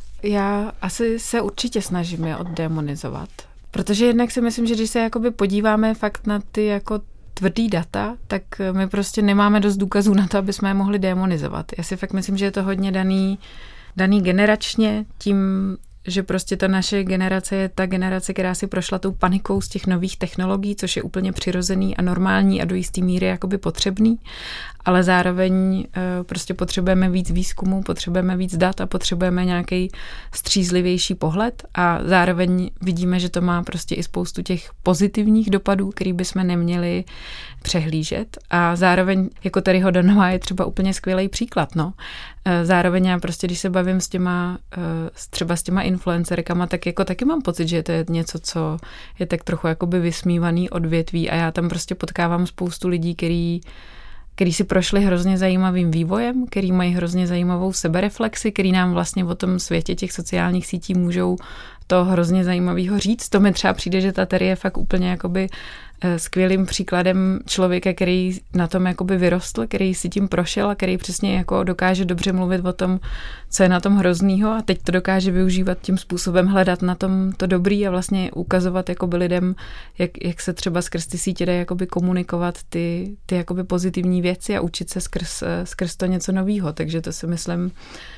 Já asi se určitě snažím je oddemonizovat, protože jednak si myslím, že když se jakoby podíváme fakt na ty jako tvrdý data, tak my prostě nemáme dost důkazů na to, aby jsme je mohli demonizovat. Já si fakt myslím, že je to hodně daný, daný generačně tím, že prostě ta naše generace je ta generace, která si prošla tou panikou z těch nových technologií, což je úplně přirozený a normální a do jistý míry jakoby potřebný, ale zároveň prostě potřebujeme víc výzkumu, potřebujeme víc dat a potřebujeme nějaký střízlivější pohled a zároveň vidíme, že to má prostě i spoustu těch pozitivních dopadů, který bychom neměli přehlížet a zároveň jako Terry Hodanová je třeba úplně skvělý příklad, no. Zároveň já prostě, když se bavím s těma, třeba s těma influencerkama, tak jako taky mám pocit, že to je něco, co je tak trochu jakoby vysmívaný odvětví a já tam prostě potkávám spoustu lidí, který který si prošli hrozně zajímavým vývojem, který mají hrozně zajímavou sebereflexi, který nám vlastně o tom světě těch sociálních sítí můžou to hrozně zajímavého říct. To mi třeba přijde, že ta Terry je fakt úplně jakoby skvělým příkladem člověka, který na tom jakoby vyrostl, který si tím prošel a který přesně jako dokáže dobře mluvit o tom, co je na tom hroznýho a teď to dokáže využívat tím způsobem, hledat na tom to dobrý a vlastně ukazovat jakoby lidem, jak, jak se třeba skrz ty sítě dají jakoby komunikovat ty, ty jakoby pozitivní věci a učit se skrz, skrz to něco novýho. Takže to si myslím,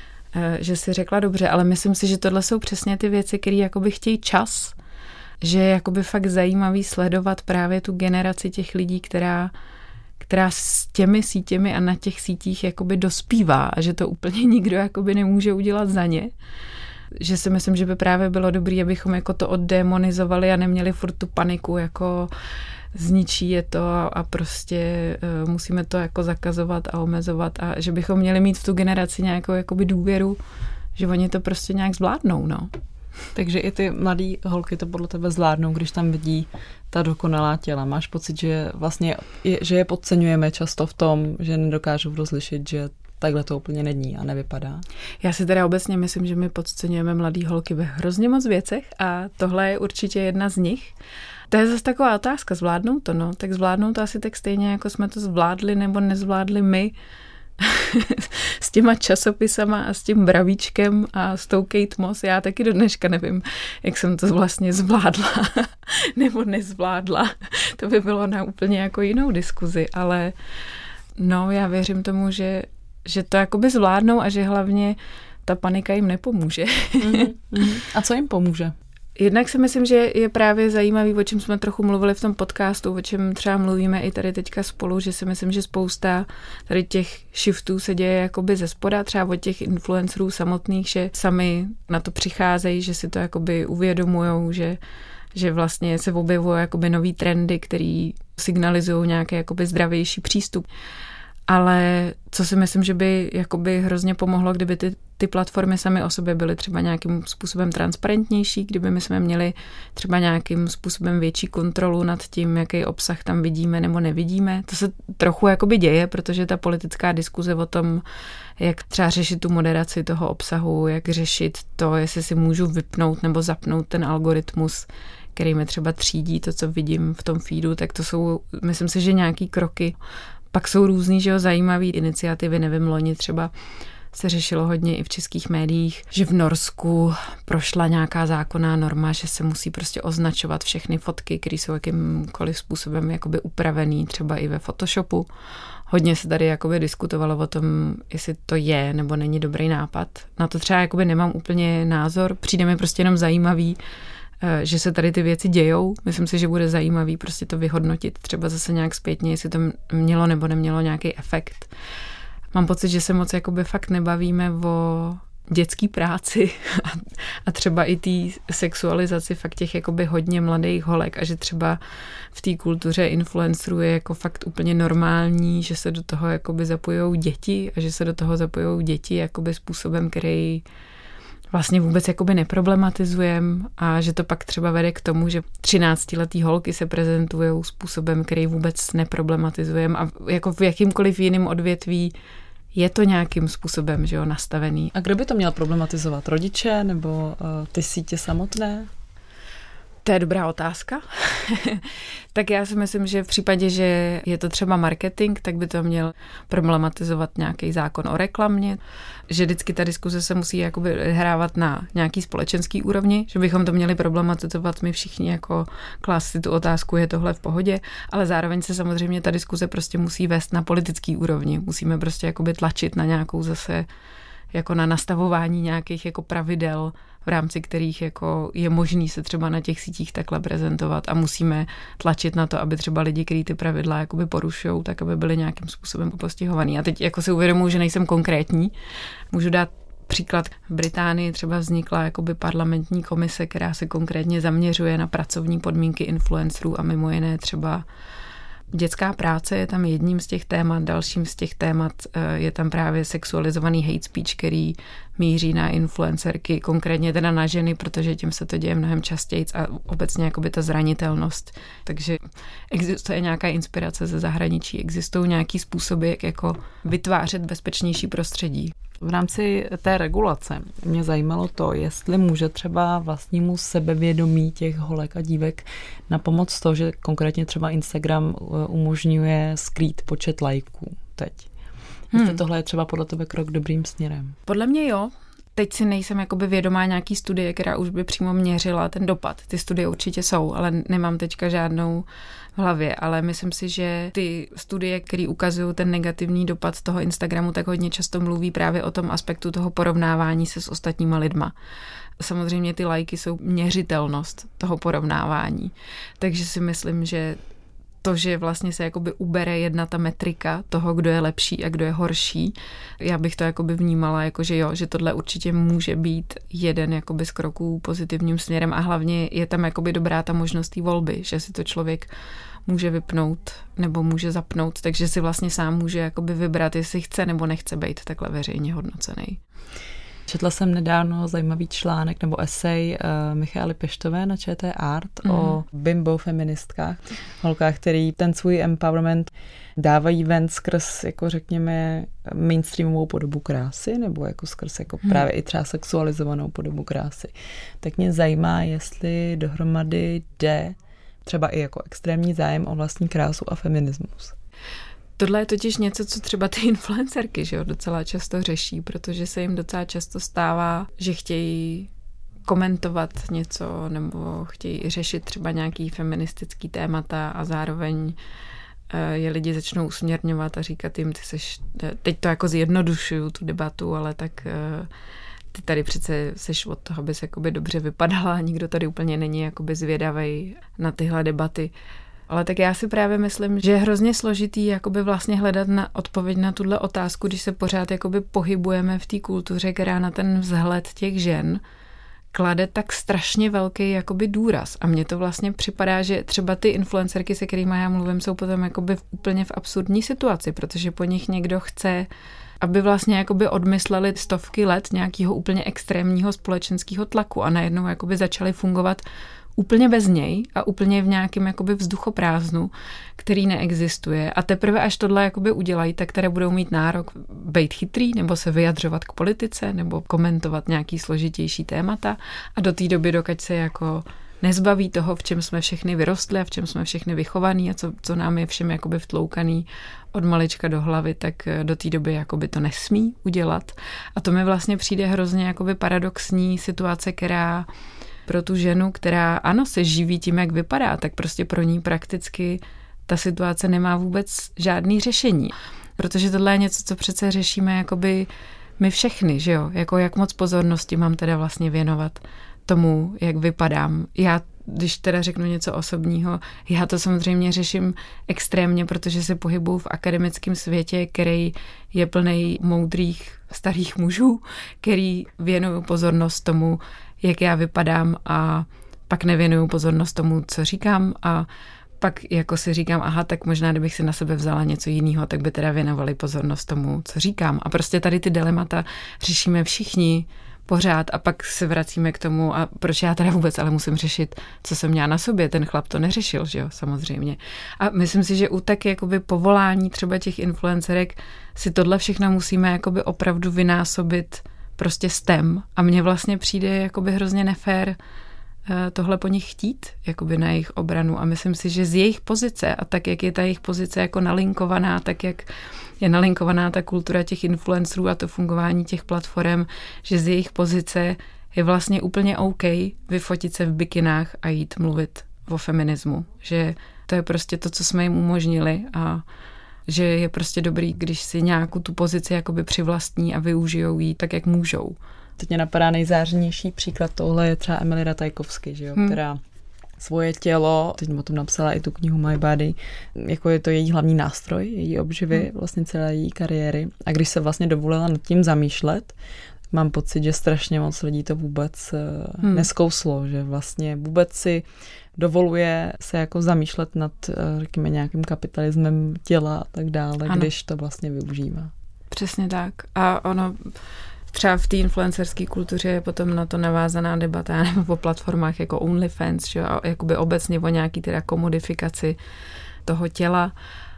že si řekla dobře, ale myslím si, že tohle jsou přesně ty věci, které jakoby chtějí čas, že je jakoby fakt zajímavý sledovat právě tu generaci těch lidí, která, která s těmi sítěmi a na těch sítích jakoby dospívá a že to úplně nikdo jakoby nemůže udělat za ně. Že si myslím, že by právě bylo dobré, abychom jako to oddemonizovali a neměli furt tu paniku, jako zničí je to a prostě uh, musíme to jako zakazovat a omezovat a že bychom měli mít v tu generaci nějakou jakoby důvěru, že oni to prostě nějak zvládnou, no. Takže i ty mladý holky to podle tebe zvládnou, když tam vidí ta dokonalá těla. Máš pocit, že vlastně je, že je podceňujeme často v tom, že nedokážou rozlišit, že takhle to úplně není a nevypadá? Já si teda obecně myslím, že my podceňujeme mladý holky ve hrozně moc věcech a tohle je určitě jedna z nich. To je zase taková otázka, zvládnou to, no. Tak zvládnou to asi tak stejně, jako jsme to zvládli nebo nezvládli my s těma časopisama a s tím bravíčkem a s tou Kate Moss. Já taky do dneška nevím, jak jsem to vlastně zvládla nebo nezvládla. To by bylo na úplně jako jinou diskuzi, ale no, já věřím tomu, že, že to jakoby zvládnou a že hlavně ta panika jim nepomůže. mm-hmm. A co jim pomůže? Jednak si myslím, že je právě zajímavý, o čem jsme trochu mluvili v tom podcastu, o čem třeba mluvíme i tady teďka spolu, že si myslím, že spousta tady těch shiftů se děje jakoby ze spoda, třeba od těch influencerů samotných, že sami na to přicházejí, že si to jakoby uvědomujou, že, že vlastně se objevují jakoby nový trendy, který signalizují nějaký jakoby zdravější přístup. Ale co si myslím, že by jakoby hrozně pomohlo, kdyby ty, ty platformy samy o sobě byly třeba nějakým způsobem transparentnější, kdyby my jsme měli třeba nějakým způsobem větší kontrolu nad tím, jaký obsah tam vidíme nebo nevidíme. To se trochu jakoby děje, protože ta politická diskuze o tom, jak třeba řešit tu moderaci toho obsahu, jak řešit to, jestli si můžu vypnout nebo zapnout ten algoritmus, který mi třeba třídí to, co vidím v tom feedu, tak to jsou, myslím si, že nějaký kroky. Pak jsou různý, že jo, zajímavý iniciativy, nevím, loni třeba se řešilo hodně i v českých médiích, že v Norsku prošla nějaká zákonná norma, že se musí prostě označovat všechny fotky, které jsou jakýmkoliv způsobem jakoby upravený, třeba i ve Photoshopu. Hodně se tady jakoby diskutovalo o tom, jestli to je nebo není dobrý nápad. Na to třeba jakoby nemám úplně názor, přijde mi prostě jenom zajímavý, že se tady ty věci dějou. Myslím si, že bude zajímavý prostě to vyhodnotit třeba zase nějak zpětně, jestli to mělo nebo nemělo nějaký efekt. Mám pocit, že se moc jakoby fakt nebavíme o dětský práci a třeba i té sexualizaci fakt těch jakoby hodně mladých holek a že třeba v té kultuře influencerů je jako fakt úplně normální, že se do toho jakoby zapojou děti a že se do toho zapojou děti jakoby způsobem, který vlastně vůbec jakoby neproblematizujeme a že to pak třeba vede k tomu, že třináctiletý holky se prezentují způsobem, který vůbec neproblematizujeme a jako v jakýmkoliv jiném odvětví je to nějakým způsobem, že jo, nastavený. A kdo by to měl problematizovat? Rodiče nebo uh, ty sítě samotné? To je dobrá otázka. Tak já si myslím, že v případě, že je to třeba marketing, tak by to měl problematizovat nějaký zákon o reklamě, že vždycky ta diskuze se musí jakoby hrávat na nějaký společenský úrovni, že bychom to měli problematizovat my všichni jako klást si tu otázku, je tohle v pohodě, ale zároveň se samozřejmě ta diskuze prostě musí vést na politický úrovni. Musíme prostě jakoby tlačit na nějakou zase jako na nastavování nějakých jako pravidel, v rámci kterých jako je možný se třeba na těch sítích takhle prezentovat a musíme tlačit na to, aby třeba lidi, kteří ty pravidla jakoby porušují, tak aby byli nějakým způsobem postihovaný. A teď jako si uvědomuji, že nejsem konkrétní. Můžu dát příklad. V Británii třeba vznikla jakoby parlamentní komise, která se konkrétně zaměřuje na pracovní podmínky influencerů a mimo jiné třeba dětská práce je tam jedním z těch témat, dalším z těch témat je tam právě sexualizovaný hate speech, který míří na influencerky, konkrétně teda na ženy, protože tím se to děje mnohem častěji a obecně jakoby ta zranitelnost. Takže existuje nějaká inspirace ze zahraničí, existují nějaký způsoby, jak jako vytvářet bezpečnější prostředí. V rámci té regulace mě zajímalo to, jestli může třeba vlastnímu sebevědomí těch holek a dívek na pomoc to, že konkrétně třeba Instagram umožňuje skrýt počet lajků teď. Jestli hmm. tohle je třeba podle tebe krok dobrým směrem? Podle mě jo. Teď si nejsem jakoby vědomá nějaký studie, která už by přímo měřila ten dopad. Ty studie určitě jsou, ale nemám teďka žádnou v hlavě, ale myslím si, že ty studie, které ukazují ten negativní dopad toho Instagramu, tak hodně často mluví právě o tom aspektu toho porovnávání se s ostatníma lidma. Samozřejmě ty lajky jsou měřitelnost toho porovnávání, takže si myslím, že to, že vlastně se jakoby ubere jedna ta metrika toho, kdo je lepší a kdo je horší, já bych to jakoby vnímala, jako že jo, že tohle určitě může být jeden jakoby z kroků pozitivním směrem a hlavně je tam jakoby dobrá ta možnost té volby, že si to člověk může vypnout nebo může zapnout, takže si vlastně sám může jakoby vybrat, jestli chce nebo nechce být takhle veřejně hodnocený. Četla jsem nedávno zajímavý článek nebo esej uh, Michaely Peštové na Č T Art mm. o bimbo feministkách, holkách, který ten svůj empowerment dávají ven skrz, jako řekněme, mainstreamovou podobu krásy, nebo jako skrz jako mm. právě i třeba sexualizovanou podobu krásy. Tak mě zajímá, jestli dohromady jde třeba i jako extrémní zájem o vlastní krásu a feminismus. Tohle je totiž něco, co třeba ty influencerky, že jo, docela často řeší, protože se jim docela často stává, že chtějí komentovat něco nebo chtějí řešit třeba nějaký feministický témata a zároveň je lidi začnou usměrňovat a říkat jim, ty seš, teď to jako zjednodušuju tu debatu, ale tak ty tady přece seš od toho, abys jakoby dobře vypadala, nikdo tady úplně není jakoby zvědavej na tyhle debaty. Ale tak já si právě myslím, že je hrozně složitý jakoby vlastně hledat na odpověď na tuhle otázku, když se pořád jakoby pohybujeme v té kultuře, která na ten vzhled těch žen klade tak strašně velký jakoby důraz. A mně to vlastně připadá, že třeba ty influencerky, se kterými já mluvím, jsou potom jakoby v, úplně v absurdní situaci, protože po nich někdo chce, aby vlastně jakoby odmysleli stovky let nějakého úplně extrémního společenského tlaku a najednou jakoby začali fungovat úplně bez něj a úplně v nějakém jakoby vzduchoprázdnu, který neexistuje. A teprve až tohle jakoby udělají, tak které budou mít nárok být chytrý nebo se vyjadřovat k politice nebo komentovat nějaký složitější témata a do té doby, dokud se jako nezbaví toho, v čem jsme všechny vyrostli a v čem jsme všechny vychovaný a co, co nám je všem jakoby vtloukaný od malička do hlavy, tak do té doby jakoby to nesmí udělat. A to mi vlastně přijde hrozně jakoby paradoxní situace, která pro tu ženu, která ano, se živí tím, jak vypadá, tak prostě pro ní prakticky ta situace nemá vůbec žádný řešení. Protože tohle je něco, co přece řešíme jakoby my všechny, že jo? Jako jak moc pozornosti mám teda vlastně věnovat tomu, jak vypadám. Já, když teda řeknu něco osobního, já to samozřejmě řeším extrémně, protože se pohybuju v akademickém světě, který je plný moudrých starých mužů, který věnují pozornost tomu, jak já vypadám a pak nevěnuju pozornost tomu, co říkám a pak jako si říkám, aha, tak možná, kdybych si na sebe vzala něco jiného, tak by teda věnovali pozornost tomu, co říkám. A prostě tady ty dilemata řešíme všichni pořád a pak se vracíme k tomu a proč já teda vůbec ale musím řešit, co jsem měla na sobě. Ten chlap to neřešil, že jo, samozřejmě. A myslím si, že u tak jakoby povolání třeba těch influencerek si tohle všechno musíme jakoby opravdu vynásobit prostě stem a mně vlastně přijde jakoby hrozně nefér tohle po nich chtít, jakoby na jejich obranu a myslím si, že z jejich pozice a tak, jak je ta jejich pozice jako nalinkovaná, tak jak je nalinkovaná ta kultura těch influencerů a to fungování těch platform, že z jejich pozice je vlastně úplně OK vyfotit se v bikinách a jít mluvit o feminismu, že to je prostě to, co jsme jim umožnili a že je prostě dobrý, když si nějakou tu pozici jakoby přivlastní a využijou ji tak, jak můžou. Teď mě napadá nejzářnější příklad tohle je třeba Emily Ratajkowski, že jo, hmm. která svoje tělo, teď o tom napsala i tu knihu My Body, jako je to její hlavní nástroj, její obživy, hmm. vlastně celé její kariéry. A když se vlastně dovolila nad tím zamýšlet, mám pocit, že strašně moc lidí to vůbec hmm. neskouslo, že vlastně vůbec si dovoluje se jako zamýšlet nad, řekněme, nějakým kapitalismem těla a tak dále, ano. Když to vlastně využívá. Přesně tak. A ono třeba v té influencerské kultuře je potom na to navázaná debata nebo po platformách jako OnlyFans, že, a jakoby obecně o nějaký teda komodifikaci toho těla,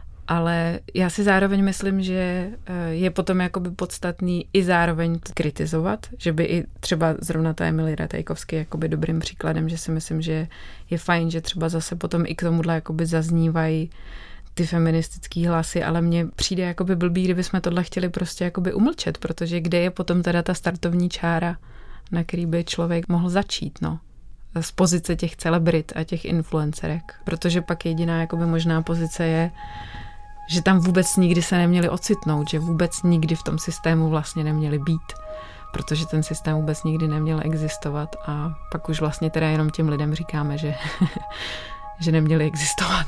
ale já si zároveň myslím, že je potom jakoby podstatný i zároveň kritizovat, že by i třeba zrovna ta Emily Ratajkowski jakoby dobrým příkladem, že si myslím, že je fajn, že třeba zase potom i k tomuhle jakoby zaznívají ty feministický hlasy, ale mně přijde jakoby blbý, kdyby jsme tohle chtěli prostě jakoby umlčet, protože kde je potom teda ta startovní čára, na který by člověk mohl začít, no. Z pozice těch celebrit a těch influencerek. Protože pak jediná jakoby možná pozice je, že tam vůbec nikdy se neměli ocitnout, že vůbec nikdy v tom systému vlastně neměli být, protože ten systém vůbec nikdy neměl existovat a pak už vlastně teda jenom těm lidem říkáme, že, že neměli existovat.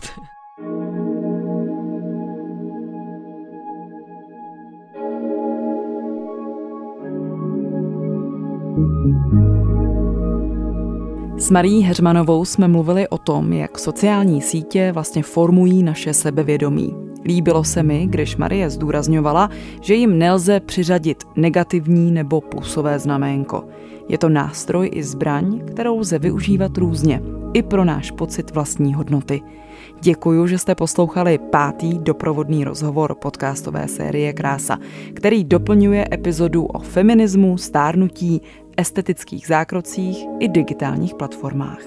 S Marií Heřmanovou jsme mluvili o tom, jak sociální sítě vlastně formují naše sebevědomí. Líbilo se mi, když Marie zdůrazňovala, že jim nelze přiřadit negativní nebo plusové znaménko. Je to nástroj i zbraň, kterou lze využívat různě, i pro náš pocit vlastní hodnoty. Děkuju, že jste poslouchali pátý doprovodný rozhovor podcastové série Krása, který doplňuje epizodu o feminismu, stárnutí, estetických zákrocích i digitálních platformách.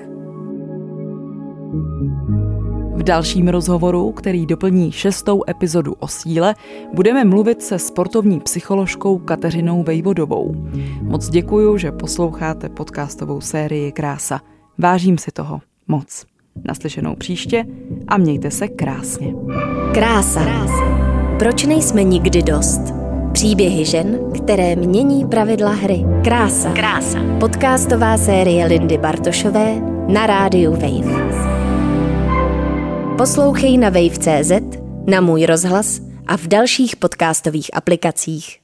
V dalším rozhovoru, který doplní šestou epizodu o síle, budeme mluvit se sportovní psycholožkou Kateřinou Vejvodovou. Moc děkuju, že posloucháte podcastovou sérii Krása. Vážím si toho moc. Naslyšenou příště a mějte se krásně. Krása. Proč nejsme nikdy dost? Příběhy žen, které mění pravidla hry. Krása. Krása. Podcastová série Lindy Bartošové na rádiu Wave. Poslouchej na wave tečka cé zet, na Můj rozhlas a v dalších podcastových aplikacích.